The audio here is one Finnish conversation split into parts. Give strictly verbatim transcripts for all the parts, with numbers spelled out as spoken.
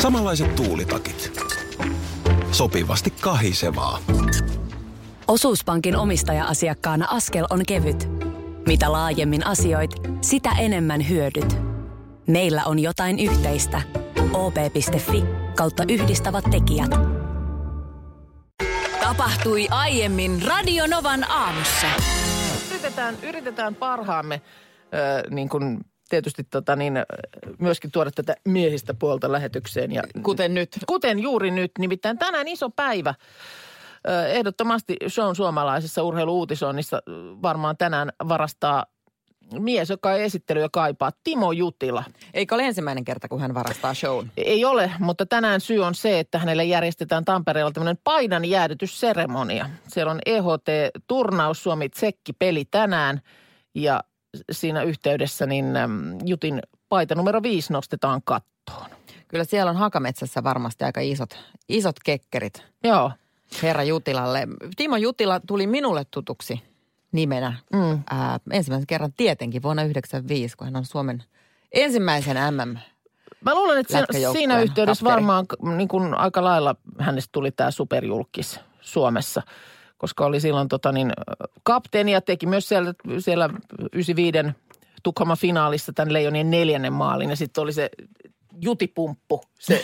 Samanlaiset tuulitakit. Sopivasti kahisevaa. Osuuspankin omistaja-asiakkaana askel on kevyt. Mitä laajemmin asioit, sitä enemmän hyödyt. Meillä on jotain yhteistä. o p piste f i kautta yhdistävät tekijät. Tapahtui aiemmin Radio Novan aamussa. Yritetään, yritetään parhaamme äh, niin kuin tietysti tota, niin, myöskin tuoda tätä miehistä puolta lähetykseen. Ja, kuten nyt. Kuten juuri nyt. Nimittäin tänään iso päivä. Äh, ehdottomasti shown suomalaisessa urheilu-uutisoinnissa varmaan tänään varastaa mies, joka ei esittelyä kaipaa, Timo Jutila. Eikö ole ensimmäinen kerta, kun hän varastaa shown? Ei ole, mutta tänään syy on se, että hänelle järjestetään Tampereella tämmöinen paidan jäädytysseremonia. Siellä on E H T-turnaus, Suomi-Tsekki-peli tänään ja siinä yhteydessä niin Jutin paita numero viisi nostetaan kattoon. Kyllä siellä on Hakametsässä varmasti aika isot, isot kekkerit. Joo. Herra Jutilalle. Timo Jutila tuli minulle tutuksi nimenä. Mm. Ää, ensimmäisen kerran tietenkin vuonna yhdeksänkymmentäviisi, kun hän on Suomen ensimmäisen M M. Mä luulen, että siinä, siinä yhteydessä kapteri. Varmaan niin kuin aika lailla hänestä tuli tämä superjulkis Suomessa, koska oli silloin tota niin, kapteeni ja teki myös siellä, siellä yhdeksänkymmentäviisi Tukholman finaalissa tämän Leijonien neljännen maalin ja sitten oli se jutipumppu, se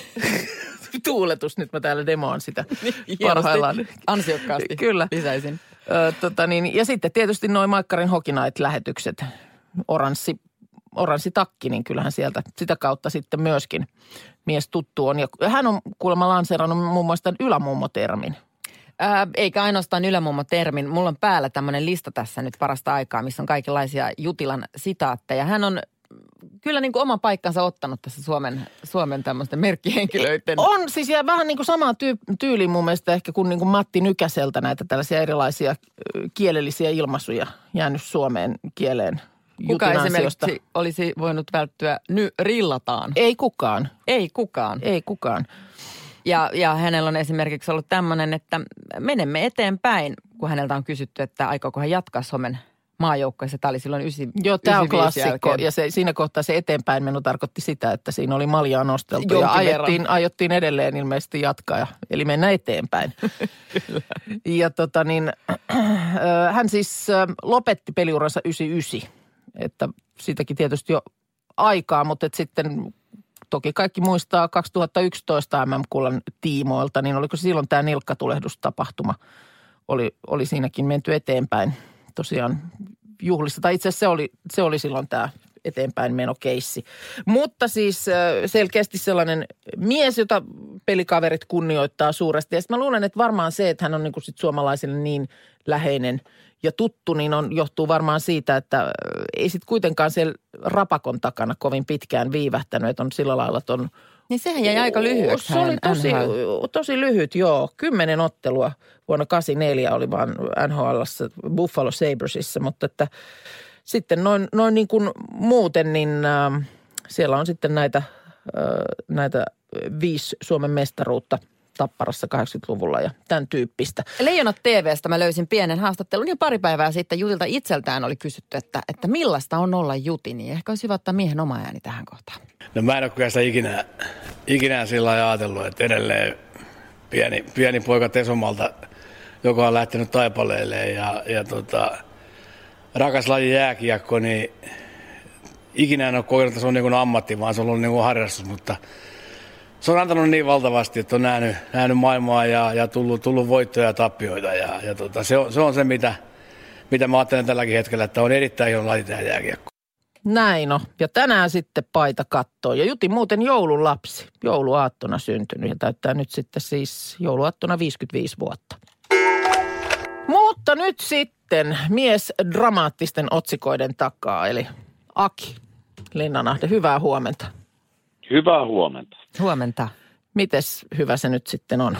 tuuletus. Nyt mä täällä demoan sitä parhaillaan. Ansiokkaasti. Kyllä. Lisäisin. Ö, tota niin, ja sitten tietysti noin Maikkarin Hockey Night-lähetykset, oranssi, oranssi takki, niin kyllähän sieltä sitä kautta sitten myöskin mies tuttu on. Ja hän on kuulemma lanseerannut muun muassa tämän ylämummotermin. Ää, eikä ainoastaan ylämummotermin. Mulla on päällä tämmöinen lista tässä nyt parasta aikaa, missä on kaikenlaisia Jutilan sitaatteja. Hän on kyllä niin kuin oman paikkansa ottanut tässä Suomen, Suomen tämmöisten merkkihenkilöiden. On siis ja vähän niin kuin samaa tyy- tyyliin mun mielestä ehkä kuin, niin kuin Matti Nykäseltä näitä tällaisia erilaisia kielellisiä ilmaisuja jäänyt suomeen kieleen. Kuka esimerkiksi ansiosta olisi voinut välttyä ny rillataan? Ei kukaan. Ei kukaan. Ei kukaan. Ja, ja hänellä on esimerkiksi ollut tämmöinen, että menemme eteenpäin, kun häneltä on kysytty, että aikooko hän jatkaa Suomen maajoukkoissa. Tämä oli silloin yhdeksänkymmentäviisi Joo, tämä on klassikko. Jälkeen. Ja se, siinä kohtaa se eteenpäin menu tarkoitti sitä, että siinä oli maljaa nosteltu. Jonkin ja ajettiin, ajettiin edelleen ilmeisesti jatkaa. Ja, eli mennään eteenpäin. Kyllä. Ja tota niin, äh, hän siis äh, lopetti peliuransa yhdeksänkymmentäyhdeksän. Että siitäkin tietysti jo aikaa, mutta et sitten toki kaikki muistaa kaksituhattayksitoista M M-kullan tiimoilta. Niin oliko silloin tämä nilkkatulehdustapahtuma? Oli, oli siinäkin menty eteenpäin. Tosiaan juhlissa, tai itse asiassa se oli, se oli silloin tämä eteenpäin menokeissi. Mutta siis selkeästi sellainen mies, jota pelikaverit kunnioittaa suuresti. Ja sitten mä luulen, että varmaan se, että hän on niin kuin sit suomalaisille niin läheinen ja tuttu, niin on, johtuu varmaan siitä, että ei sitten kuitenkaan siellä rapakon takana kovin pitkään viivähtänyt, että on sillä lailla ton. Niin sehän jäi aika lyhyeksi. Se oli tosi, tosi lyhyt, joo. Kymmenen ottelua vuonna kahdeksankymmentäneljä oli vaan N H L:ssä, Buffalo Sabresissa, mutta että sitten noin, noin niin kuin muuten, niin äh, siellä on sitten näitä, äh, näitä viisi Suomen mestaruutta Tapparassa kahdeksankymmentäluvulla ja tämän tyyppistä. Leijonat T V:stä mä löysin pienen haastattelun ja pari päivää sitten Jutilta itseltään oli kysytty, että, että millaista on olla Juti, niin ehkä olisi hyvä ottaa miehen oma ääni tähän kohtaan. No mä en ole kyllä sitä ikinä, ikinä sillä lailla ajatellut, että edelleen pieni, pieni poika Tesomalta, joka on lähtenyt taipaleelle ja, ja tota, rakas laji jääkiekko, niin ikinä en ole kokenut, että se on niin kuin ammatti, vaan se on ollut niin kuin harrastus, mutta se on antanut niin valtavasti, että on nähnyt, nähnyt maailmaa ja, ja tullut, tullut voittoja ja tappioita. Ja, ja tota, se, on, se on se, mitä, mitä mä ajattelen tälläkin hetkellä, että on erittäin hieno laji tehdä jääkiekko. Näin on. Ja tänään sitten paita kattoo. Ja Juti muuten joulun lapsi. Jouluaattona syntynyt ja täyttää nyt sitten siis jouluaattona viisikymmentäviisi vuotta. Mutta nyt sitten mies dramaattisten otsikoiden takaa, eli Aki Linnanahde. Hyvää huomenta. Hyvää huomenta. Huomenta. Mites hyvä se nyt sitten on?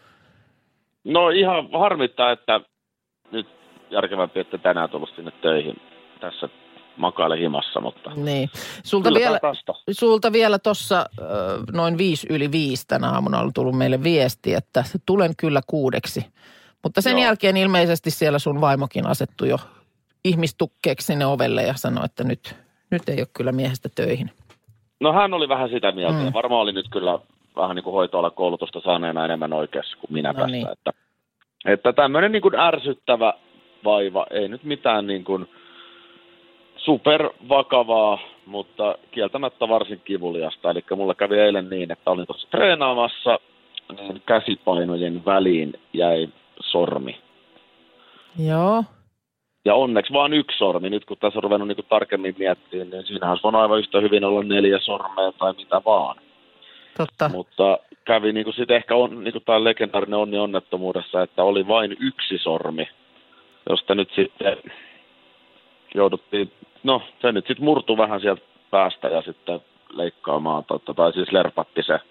No ihan harmittaa, että nyt järkevämpi, että tänään tullut sinne töihin. Tässä makaile himassa, mutta niin. Sulta vielä, sulta vielä tuossa noin viisi yli viisi tänä aamuna on tullut meille viesti, että tulen kyllä kuudeksi. Mutta sen Joo. jälkeen ilmeisesti siellä sun vaimokin asettui jo ihmistukkeeksi sinne ovelle ja sanoi, että nyt, nyt ei ole kyllä miehestä töihin. No hän oli vähän sitä mieltä mm. ja varmaan oli nyt kyllä vähän niin kuin hoitoalan koulutusta saaneena enemmän oikeassa kuin minä No tässä. niin. Että, että tämmöinen niin kuin ärsyttävä vaiva, ei nyt mitään niin kuin supervakavaa, mutta kieltämättä varsin kivuliasta. Eli mulla kävi eilen niin, että olin tuossa treenaamassa, niin käsipainojen väliin jäi sormi. Joo. Ja onneksi vaan yksi sormi. Nyt kun tässä on ruvennut niin kuin tarkemmin miettimään, niin siinähän on aivan yhtä hyvin olla neljä sormea tai mitä vaan. Totta. Mutta kävi niin kuin sitten ehkä on, niin kuin tämä legendaarinen onni onnettomuudessa, että oli vain yksi sormi, josta nyt sitten jouduttiin, no se nyt sitten murtui vähän sieltä päästä ja sitten leikkaamaan, totta, tai siis lerpatti se,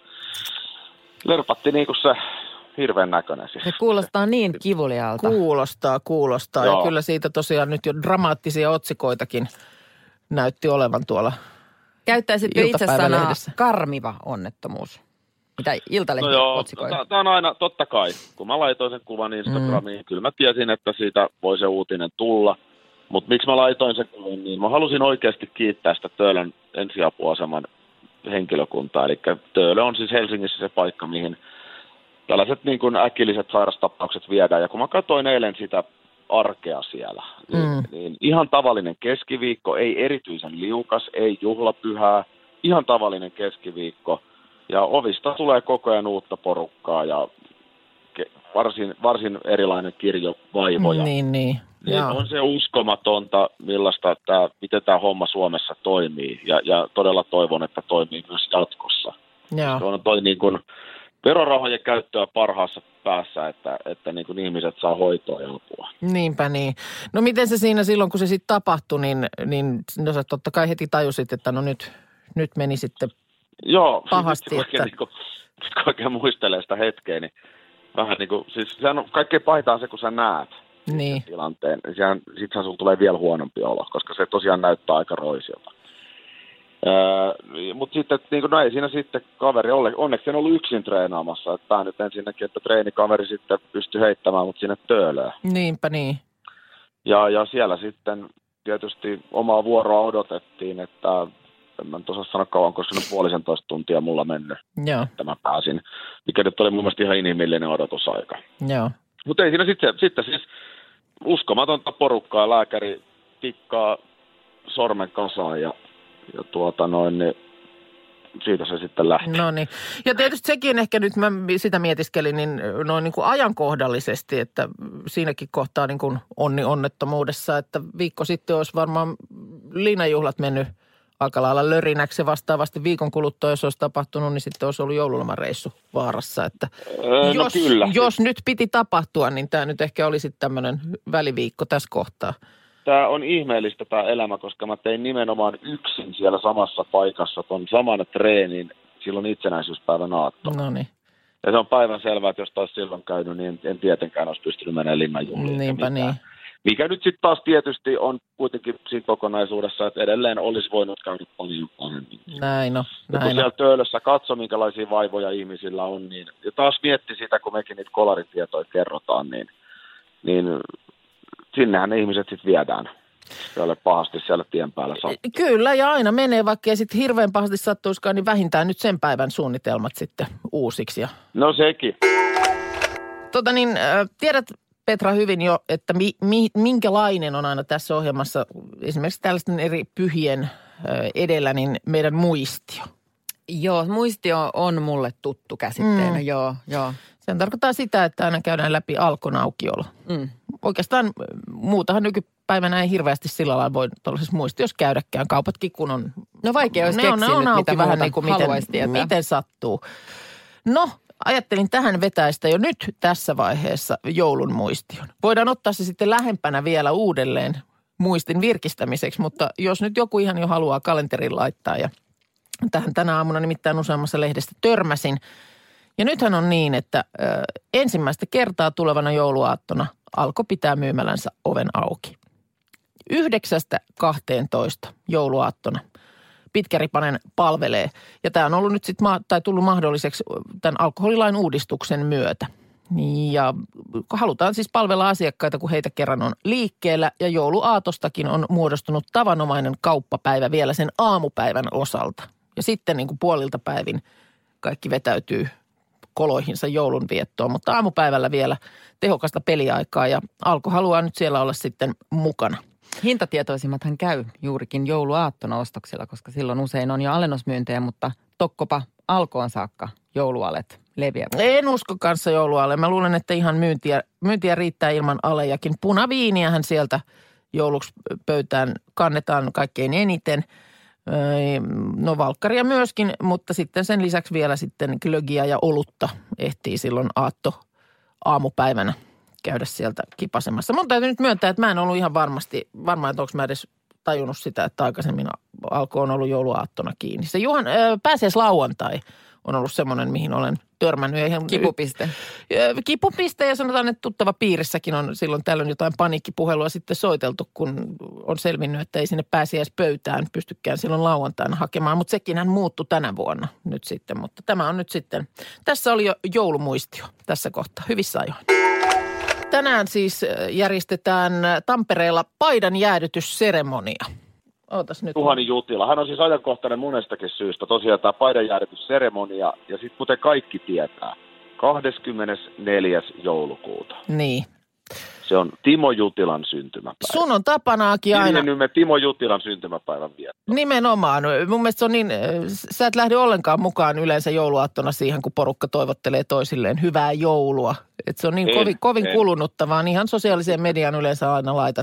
lerpatti niin kuin se hirveän näköinen siis. Se kuulostaa niin kivulialta. Kuulostaa, kuulostaa. Joo. Ja kyllä siitä tosiaan nyt jo dramaattisia otsikoitakin näytti olevan tuolla. Käyttäisitkö itse sanaa iltapäivälehdessä. karmiva onnettomuus? Mitä Iltalehti No joo, otsikoi? tämä on aina, totta kai, kun mä laitoin sen kuvan Instagramiin, mm. kyllä mä tiesin, että siitä voi se uutinen tulla. Mutta miksi mä laitoin sen kuvan, niin mä halusin oikeasti kiittää sitä Töölön ensiapuaseman henkilökuntaa. Eli Töölö on siis Helsingissä se paikka, mihin tällaiset niin kuin äkilliset sairastapaukset viedään. Ja kun mä katsoin eilen sitä arkea siellä, niin, mm. niin ihan tavallinen keskiviikko, ei erityisen liukas, ei juhlapyhää, ihan tavallinen keskiviikko. Ja ovista tulee koko ajan uutta porukkaa ja ke- varsin, varsin erilainen kirjo vaivoja. Niin, niin. Niin on se uskomatonta, millaista tää, miten tämä homma Suomessa toimii. Ja, ja todella toivon, että toimii myös jatkossa. Joo. Se on toi niin kuin verorahojen käyttöä parhaassa päässä, että, että niin kuin ihmiset saa hoitoa ja apua. Niinpä niin. No miten se siinä silloin, kun se sitten tapahtui, niin, niin no sä totta kai heti tajusit, että no nyt, nyt meni sitten Joo, pahasti. Nyt, Että... niin kuin, nyt kun oikein muistelee sitä hetkeä, niin vähän niin kuin, siis sehän on kaikkein pahinta se, kun sä näet niin. tilanteen. Sittenhän sulla tulee vielä huonompi olo, koska se tosiaan näyttää aika roisilta. Öö, mutta sitten, niin kuin, no ei siinä sitten kaveri, onneksi en ollut yksin treenaamassa. Että tämä nyt ensinnäkin, että treenikaveri sitten pystyi heittämään mut sinne Töölöön. Niinpä niin. Ja, ja siellä sitten tietysti omaa vuoroa odotettiin, että en mä nyt osaa sanoa kauan, koska ne puolisentoista tuntia mulla mennyt, Joo. että mä pääsin. Mikä nyt oli mun mielestä ihan inhimillinen odotusaika. Joo. Mutta ei siinä sitten, sitten siis uskomatonta porukkaa, lääkäri tikkaa sormen kasaan ja, ja tuota noin, niin siitä se sitten lähti. No niin. Ja tietysti sekin ehkä nyt mä sitä mietiskelin niin noin niin kuin ajankohdallisesti, että siinäkin kohtaa niin kuin onni onnettomuudessa, että viikko sitten olisi varmaan liinajuhlat mennyt aika lailla lörinäksi vastaavasti viikon kuluttua, jos olisi tapahtunut, niin sitten olisi ollut joululomareissu vaarassa. Että öö, jos, no kyllä. jos nyt piti tapahtua, niin tämä nyt ehkä olisi tämmöinen väliviikko tässä kohtaa. Tämä on ihmeellistä tämä elämä, koska mä tein nimenomaan yksin siellä samassa paikassa ton saman treenin silloin itsenäisyyspäivän aattona. No niin. Ja se on päivän selvää, että jos taas silloin käynyt, niin en tietenkään olisi pystynyt menemään linnanjuhliin. Niinpä niin. Mikä nyt sitten taas tietysti on kuitenkin siinä kokonaisuudessa, että edelleen olisi voinut käydä paljon pahemmin. Näin on. Ja kun Näin siellä on. Töölössä katsoi, minkälaisia vaivoja ihmisillä on, niin ja taas mietti sitä, kun mekin niitä kolaritietoja kerrotaan, niin, niin sinnehän ne ihmiset sitten viedään. Joille pahasti siellä tien päällä sattuu. Kyllä, ja aina menee, vaikka ei sitten hirveän pahasti sattuisikaan, niin vähintään nyt sen päivän suunnitelmat sitten uusiksi. Ja... No sekin. Tota niin, äh, tiedät Petra hyvin jo, että mi, mi, minkälainen on aina tässä ohjelmassa esimerkiksi tällaisten eri pyhien äh, edellä niin meidän muistio. Joo, muistio on mulle tuttu käsitteenä, mm. joo, joo. Sen tarkoittaa sitä, että aina käydään läpi Alkon aukiolo. Mm. Oikeastaan muutahan nykypäivänä ei hirveästi sillä lailla voi tuollaisessa muistiossa käydäkään. Kaupatkin kun on... No vaikea olisi ne keksiä on, nyt, on auki mitä vähän muuta niin kuin miten, haluaisi tietää. miten sattuu. No, ajattelin tähän vetäistä jo nyt tässä vaiheessa joulun muistion. Voidaan ottaa se sitten lähempänä vielä uudelleen muistin virkistämiseksi, mutta jos nyt joku ihan jo haluaa kalenterin laittaa ja tähän tänä aamuna nimittäin useammassa lehdestä törmäsin. Ja nythän on niin, että ö, ensimmäistä kertaa tulevana jouluaattona Alko pitää myymälänsä oven auki. Yhdeksästä kahteentoista jouluaattona Pitkäripanen palvelee. Ja tämä on ollut nyt sitten ma- tai tullut mahdolliseksi tämän alkoholilain uudistuksen myötä. Ja halutaan siis palvella asiakkaita, kun heitä kerran on liikkeellä. Ja jouluaatostakin on muodostunut tavanomainen kauppapäivä vielä sen aamupäivän osalta. Ja sitten niin kuin puolilta päivin kaikki vetäytyy koloihinsa joulunviettoon. Mutta aamupäivällä vielä tehokasta peliaikaa ja Alko haluaa nyt siellä olla sitten mukana. Hintatietoisimmathan käy juurikin jouluaattona ostoksilla, koska silloin usein on jo alennusmyyntejä, mutta tokkopa Alkoon saakka joulualet leviävät. En usko kanssa joulualle. Mä luulen, että ihan myyntiä, myyntiä riittää ilman alejakin. Punaviiniähän sieltä jouluksi pöytään kannetaan kaikkein eniten. No valkkaria myöskin, mutta sitten sen lisäksi vielä sitten glögiä ja olutta ehtii silloin aatto aamupäivänä käydä sieltä kipasemassa. Mun täytyy nyt myöntää, että mä en ollut ihan varmasti, varmaan, että onko mä edes tajunnut sitä, että aikaisemmin Alko on ollut jouluaattona kiinni. Se Juhan, äh, pääsiäislauantai on ollut semmoinen, mihin olen törmännyt. Ihan Kipupiste. Kipupiste ja sanotaan, että tuttava piirissäkin on silloin tällöin jotain paniikkipuhelua sitten soiteltu, kun on selvinnyt, että ei sinne pääsiäispöytään pystykään silloin lauantaina hakemaan. Mutta sekin hän muuttui tänä vuonna nyt sitten, mutta tämä on nyt sitten, tässä oli jo joulumuistio tässä kohtaa, hyvissä ajoin. Tänään siis järjestetään Tampereella paidan jäädytysseremonia. Ootas nyt. Juhani Jutila. Hän on siis ajankohtainen monestakin syystä. Tosiaan tämä paidan jäädytysseremonia. Ja sitten kuten kaikki tietää, kahdeskymmenesneljäs joulukuuta. Niin. Se on Timo Jutilan syntymäpäivä. Sun on tapanaakin aina. Ilmennymme Timo Jutilan syntymäpäivän viettoon. Nimenomaan. Mun mielestä se on niin, sä et lähde ollenkaan mukaan yleensä jouluaattona siihen, kun porukka toivottelee toisilleen hyvää joulua. Että se on niin en, kovin, kovin en. kulunuttavaa. Ihan sosiaaliseen mediaan yleensä aina laitat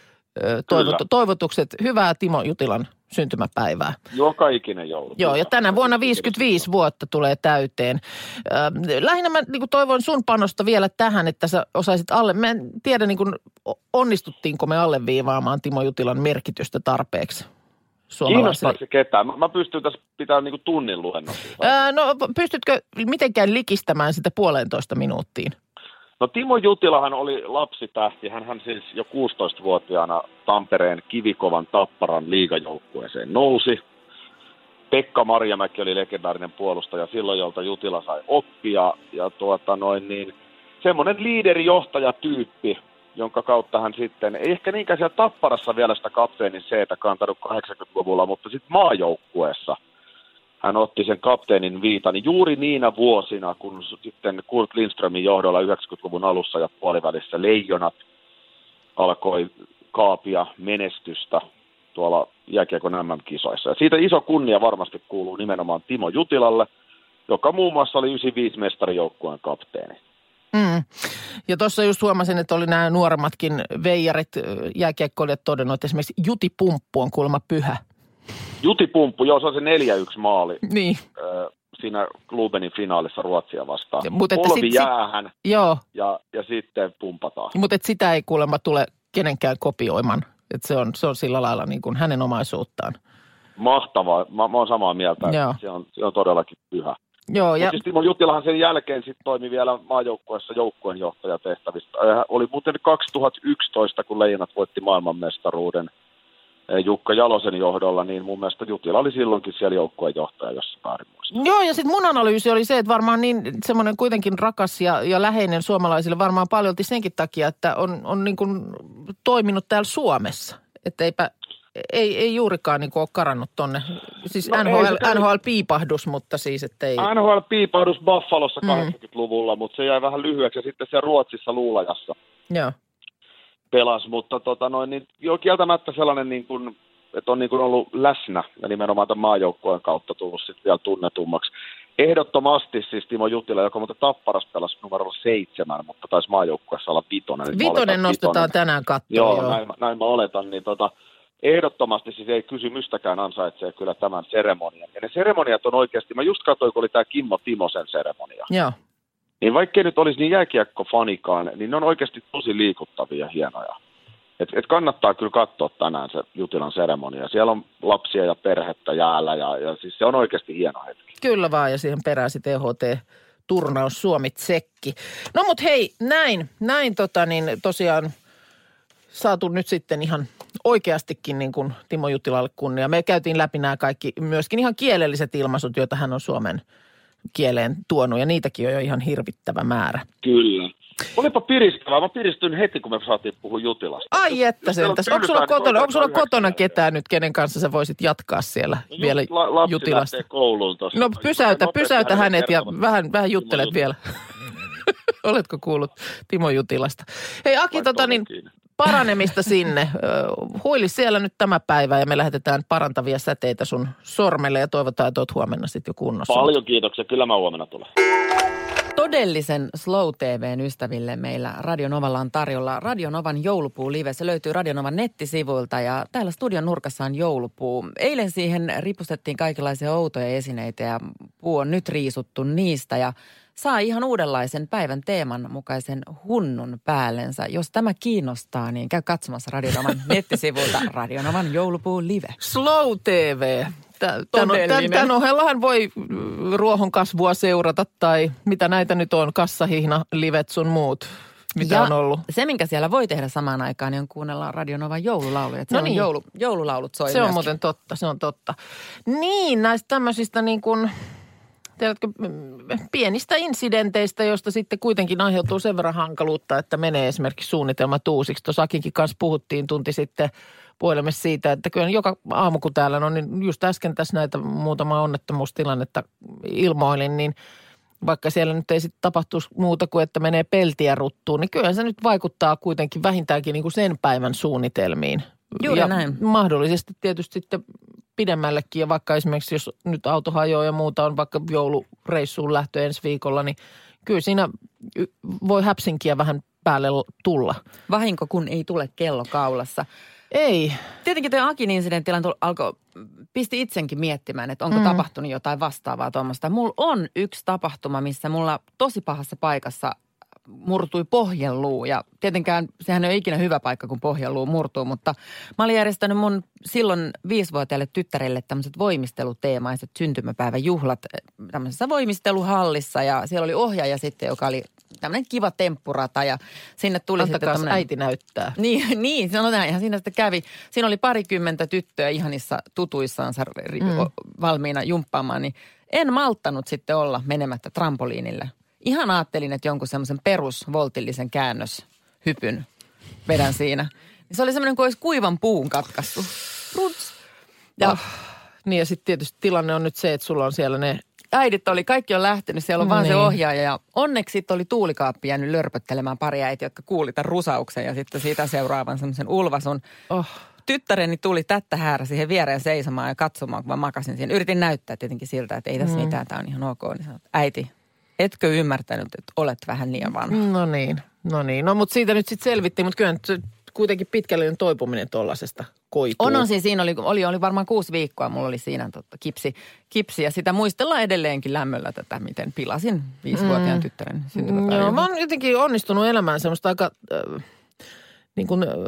toivot, toivotukset. Hyvää Timo Jutilan syntymäpäivää. Joka ikinen joulu. Joo, ja tänä vuonna viisikymmentäviisi vuotta tulee täyteen. Lähinnä mä niin kuin toivon sun panosta vielä tähän, että sä osaisit alle, mä en tiedä niin kuin, onnistuttiinko me alleviivaamaan Timo Jutilan merkitystä tarpeeksi suomalaisille. Kiinnostaako se ketään? Mä, mä pystyn tässä pitämään niin kuin tunnin luennon. Ää, no pystytkö mitenkään likistämään sitä puolentoista minuuttiin? No Timo Jutilahan oli lapsitähti. Hänhän siis jo kuusitoistavuotiaana Tampereen Kivikovan Tapparan liigajoukkueeseen nousi. Pekka Marjamäki oli legendaarinen puolustaja silloin, jolta Jutila sai oppia. Ja tuota noin niin, semmoinen liiderijohtajatyyppi, jonka kautta hän sitten, ei ehkä niinkään siellä Tapparassa vielä sitä kapteenin seetä kantanut kahdeksankymmentäluvulla, mutta sitten maajoukkueessa hän otti sen kapteenin viitan juuri niinä vuosina, kun sitten Kurt Lindströmin johdolla yhdeksänkymmentäluvun alussa ja puolivälissä Leijonat alkoi kaapia menestystä tuolla jääkiekon M M-kisoissa. Ja siitä iso kunnia varmasti kuuluu nimenomaan Timo Jutilalle, joka muun muassa oli yhdeksänkymmentäviisi mestarijoukkueen kapteeni. Mm. Ja tuossa just huomasin, että oli nämä nuoremmatkin veijarit, jääkiekkoilijat todennut, että esimerkiksi Jutipumppu on kuulemma pyhä. Jutipumppu, joo, se on se neljä yksi maali niin. äh, siinä Klubenin finaalissa Ruotsia vastaan. Mut Polvi sit, jäähän sit, joo. Ja, ja sitten pumpataan. Mutta sitä ei kuulemma tule kenenkään kopioiman. Että se on, se on sillä lailla niin kuin hänen omaisuuttaan. Mahtavaa. Mä, mä oon samaa mieltä. Se on, se on todellakin pyhä. Joo, ja siis Timo Jutilahan sen jälkeen sitten toimi vielä maajoukkueessa joukkueenjohtajatehtävistä. Oli muuten kaksituhattayksitoista, kun Leijonat voitti maailmanmestaruuden Jukka Jalosen johdolla, niin mun mielestä Jutila oli silloinkin siellä joukkueenjohtaja, jos väärin muistaa. Joo, ja sitten mun analyysi oli se, että varmaan niin semmoinen kuitenkin rakas ja, ja läheinen suomalaisille varmaan paljolti senkin takia, että on, on niin kuin toiminut täällä Suomessa. Että eipä, ei, ei juurikaan niin kuin ole karannut tonne. Siis no N H L, N H L-piipahdus, mutta siis ettei... N H L-piipahdus Buffalossa kahdeksankymmentäluvulla, mm. mutta se jäi vähän lyhyeksi ja sitten siellä Ruotsissa Luulajassa. Joo. Pelas, mutta tota noin, niin jo kieltämättä sellainen, niin kuin, että on niin kuin ollut läsnä ja nimenomaan tämän maajoukkueen kautta tullut sitten vielä tunnetummaksi. Ehdottomasti siis Timo Jutila, joka muuten Tapparassa pelasi numerolla seitsemän, mutta taisi maajoukkueessa olla vitonen. Vitonen nostetaan vitonen. Tänään kattoon. Joo, joo. Näin, näin mä oletan, niin tota, ehdottomasti siis ei kysymystäkään ansaitsee kyllä tämän seremonian. Ja ne seremoniat on oikeasti, mä just katsoin, kun oli tämä Kimmo Timosen seremonia. Joo. Niin vaikkei nyt olisi niin jääkiekko-fanikaan, niin ne on oikeasti tosi liikuttavia ja hienoja. Et, et kannattaa kyllä katsoa tänään se Jutilan seremonia. Siellä on lapsia ja perhettä jäällä ja, ja siis se on oikeasti hieno hetki. Kyllä vaan ja siihen perään sitten E H T-turnaus Suomi-tsekki. No mut hei, näin, näin tota niin tosiaan saatu nyt sitten ihan oikeastikin niin kuin Timo Jutilalle kunnia. Me käytiin läpi nämä kaikki myöskin ihan kielelliset ilmaisut, joita hän on suomen kieleen tuonut ja niitäkin on jo ihan hirvittävä määrä. Kyllä. Olipa piristävää. Mä piristyn heti, kun me saatiin puhua Jutilasta. Ai että sentäs. Onko sulla kotona, onko sulla kotona ketään nyt, kenen kanssa sä voisit jatkaa siellä no, vielä la, Jutilasta? Kouluun tossa. No pysäytä, pysäytä hänet ja vähän, vähän juttelet vielä. Oletko kuullut Timo Jutilasta? Hei Aki, tota niin, paranemista sinne. Huili siellä nyt tämä päivä ja me lähetetään parantavia säteitä sun sormelle ja toivotaan, että oot huomenna sitten jo kunnossa. Paljon kiitoksia. Kyllä mä huomenna tulen. Todellisen Slow T V:n ystäville meillä Radio Novalla on tarjolla Radio Novan joulupuu live. Se löytyy Radio Novan nettisivuilta ja täällä studion nurkassa on joulupuu. Eilen siihen ripustettiin kaikenlaisia outoja esineitä ja puu on nyt riisuttu niistä ja saa ihan uudenlaisen päivän teeman mukaisen hunnun päällensä. Jos tämä kiinnostaa, niin käy katsomassa Radio Novan nettisivuilta Radio Novan joulupuu live. Slow T V. Tämän, tämän ohellahan voi ruohon kasvua seurata tai mitä näitä nyt on, kassahihna, livet sun muut, mitä ja on ollut. Se, minkä siellä voi tehdä samaan aikaan, niin on kuunnella Radio Novan joululauluja. No niin. Joulu, joululaulut soi Se myöskin. on muuten totta, se on totta. Niin, näistä tämmöisistä niin kuin, tiedätkö, pienistä insidenteistä, joista sitten kuitenkin aiheutuu sen verran hankaluutta, että menee esimerkiksi suunnitelmat uusiksi. Tuossa Akinkin kanssa puhuttiin tunti sitten puolemme siitä, että kyllä joka aamu kun täällä on, niin just äsken tässä näitä muutama onnettomuustilannetta ilmoilin, niin vaikka siellä nyt ei sitten tapahtuisi muuta kuin, että menee peltiä ruttuun, niin kyllä se nyt vaikuttaa kuitenkin vähintäänkin niin kuin sen päivän suunnitelmiin. Juuri ja näin. Mahdollisesti tietysti sitten pidemmällekin ja vaikka esimerkiksi jos nyt auto hajoaa ja muuta on vaikka joulureissuun lähtö ensi viikolla, niin kyllä siinä voi häpsinkiä vähän päälle tulla. Vahinko, kun ei tule kello kaulassa. Ei. Tietenkin tuo Akin insidentillä alkoi, pisti itsenkin miettimään, että onko mm. tapahtunut jotain vastaavaa tuommoista. Mulla on yksi tapahtuma, missä mulla tosi pahassa paikassa murtui pohjeluu ja tietenkään sehän ei ole ikinä hyvä paikka, kun pohjeluu murtuu, mutta mä olin järjestänyt mun silloin viisivuotiaille tyttärille tämmöiset voimisteluteemaiset syntymäpäiväjuhlat tämmöisessä voimisteluhallissa ja siellä oli ohjaaja sitten, joka oli tämmöinen kiva temppurata ja sinne tuli Antakaa sitten tämmöinen... äiti näyttää. Niin, niin sanotaan, ihan siinä sitten kävi. Siinä oli parikymmentä tyttöä ihanissa tutuissaansa mm. valmiina jumppaamaan, niin en malttanut sitten olla menemättä trampoliinille. Ihan ajattelin, että jonkun semmoisen perusvoltillisen käännöshypyn vedän siinä. Se oli semmoinen kuin olisi kuivan puun katkaistu. Ruts. Ja, oh. Niin ja sitten tietysti tilanne on nyt se, että sulla on siellä ne... Äidit oli, kaikki on lähtenyt, siellä on no vaan niin. se ohjaaja ja onneksi sitten oli tuulikaappi jäänyt lörpöttelemään pari äitiä, jotka kuuli tämän rusauksen ja sitten siitä seuraavan semmoisen ulvasun. Oh. Tyttäreni tuli tättä häärä siihen viereen seisomaan ja katsomaan, kun mä makasin siinä. Yritin näyttää tietenkin siltä, että ei tässä mm. mitään, tämä on ihan ok. Niin sanoin, äiti, etkö ymmärtänyt, että olet vähän liian vanha? No niin, no niin. No mutta siitä nyt sitten selvittiin, mutta kyllä nyt kuitenkin pitkällinen toipuminen tuollaisesta koituu. On, on siis siinä oli, oli, oli varmaan kuusi viikkoa, mulla oli siinä totta, kipsi, kipsi ja sitä muistellaan edelleenkin lämmöllä tätä, miten pilasin viisivuotiaan mm. tyttären syntymäpäivän. Joo, mä oon jotenkin onnistunut elämään semmoista aika... Äh, niin kuin äh,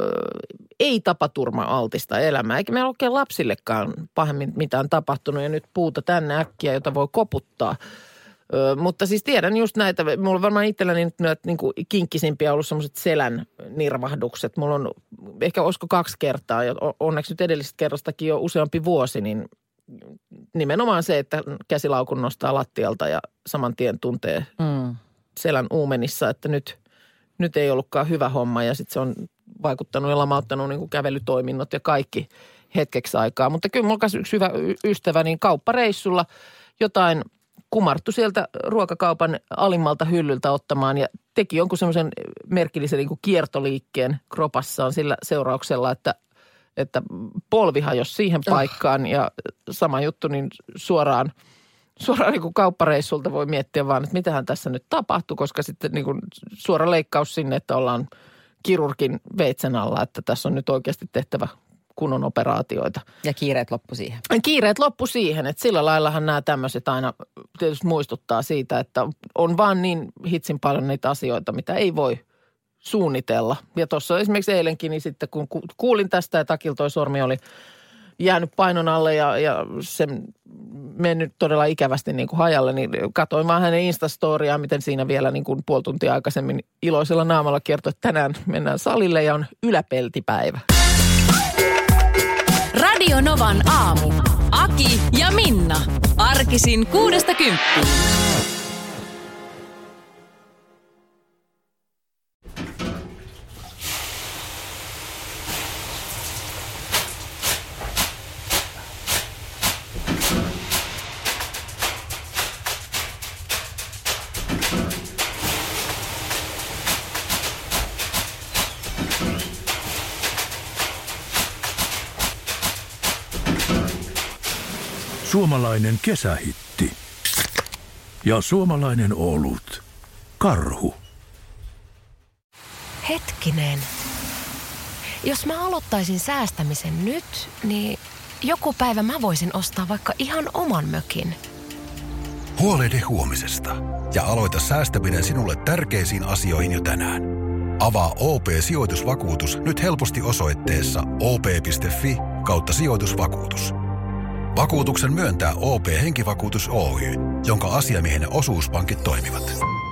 ei-tapaturma-altista elämää. Eikä meillä oikein lapsillekaan pahemmin mitään tapahtunut ja nyt puuta tänne äkkiä, jota voi koputtaa. Ö, mutta siis tiedän just näitä, mulla on varmaan itselläni nyt näitä niin kuin kinkkisimpiä ollut semmoiset selän nirvahdukset. Mulla on ehkä olisiko kaksi kertaa ja onneksi nyt edellisestä kerrastakin jo useampi vuosi, niin nimenomaan se, että käsilaukun nostaa lattialta ja saman tien tuntee mm. selän uumenissa, että nyt, nyt ei ollutkaan hyvä homma ja sitten se on vaikuttanut ja lamauttanut niin kuin kävelytoiminnot ja kaikki hetkeksi aikaa. Mutta kyllä mulla yksi hyvä ystävä, niin kauppareissulla jotain kumarttu sieltä ruokakaupan alimmalta hyllyltä ottamaan ja teki jonkun semmoisen merkillisen niin kuin kiertoliikkeen kropassaan sillä seurauksella, että, että polvi hajosi siihen paikkaan ja sama juttu niin suoraan, suoraan niin kuin kauppareissulta voi miettiä vaan, että mitähän tässä nyt tapahtui, koska sitten niin kuin suora leikkaus sinne, että ollaan kirurgin veitsen alla, että tässä on nyt oikeasti tehtävä kunnon operaatioita. Ja kiireet loppu siihen. Kiireet loppu siihen, että sillä laillahan nämä tämmöiset aina tietysti muistuttaa siitä, että on vaan niin hitsin paljon niitä asioita, mitä ei voi suunnitella. Ja tuossa esimerkiksi eilenkin, niin sitten kun kuulin tästä ja Takil toi sormi oli jäänyt painon alle ja, ja se mennyt todella ikävästi niin kuin hajalle, niin katsoin vaan hänen Instastoriaan, miten siinä vielä niin kuin puoli tuntia aikaisemmin iloisella naamalla kertoi, että tänään mennään salille ja on yläpeltipäivä. Radio Novan aamu. Aki ja Minna. Arkisin kuudesta kymppiin. suomalainen kesähitti ja suomalainen olut. Karhu. Hetkinen. Jos mä aloittaisin säästämisen nyt, niin joku päivä mä voisin ostaa vaikka ihan oman mökin. Huolehdi huomisesta ja aloita säästäminen sinulle tärkeisiin asioihin jo tänään. Avaa O P-sijoitusvakuutus nyt helposti osoitteessa op.fi kautta sijoitusvakuutus. Vakuutuksen myöntää O P-henkivakuutus Oy, jonka asiamiehen osuuspankit toimivat.